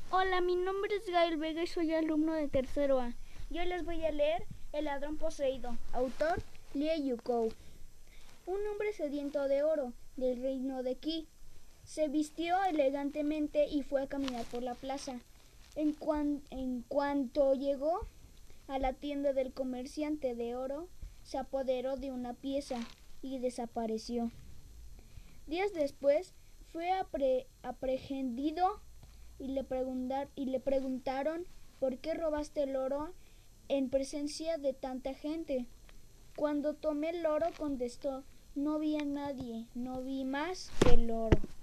Hola, mi nombre es Gael Vega y soy alumno de tercero A. Yo les voy a leer El ladrón poseído, autor Lie Yukou. Un hombre sediento de oro del reino de Qi se vistió elegantemente y fue a caminar por la plaza. En cuanto llegó a la tienda del comerciante de oro, se apoderó de una pieza y desapareció. Días después fue aprehendido y le preguntaron ¿por qué robaste el oro en presencia de tanta gente? Cuando tomé el oro, contestó, no vi a nadie, no vi más que el oro.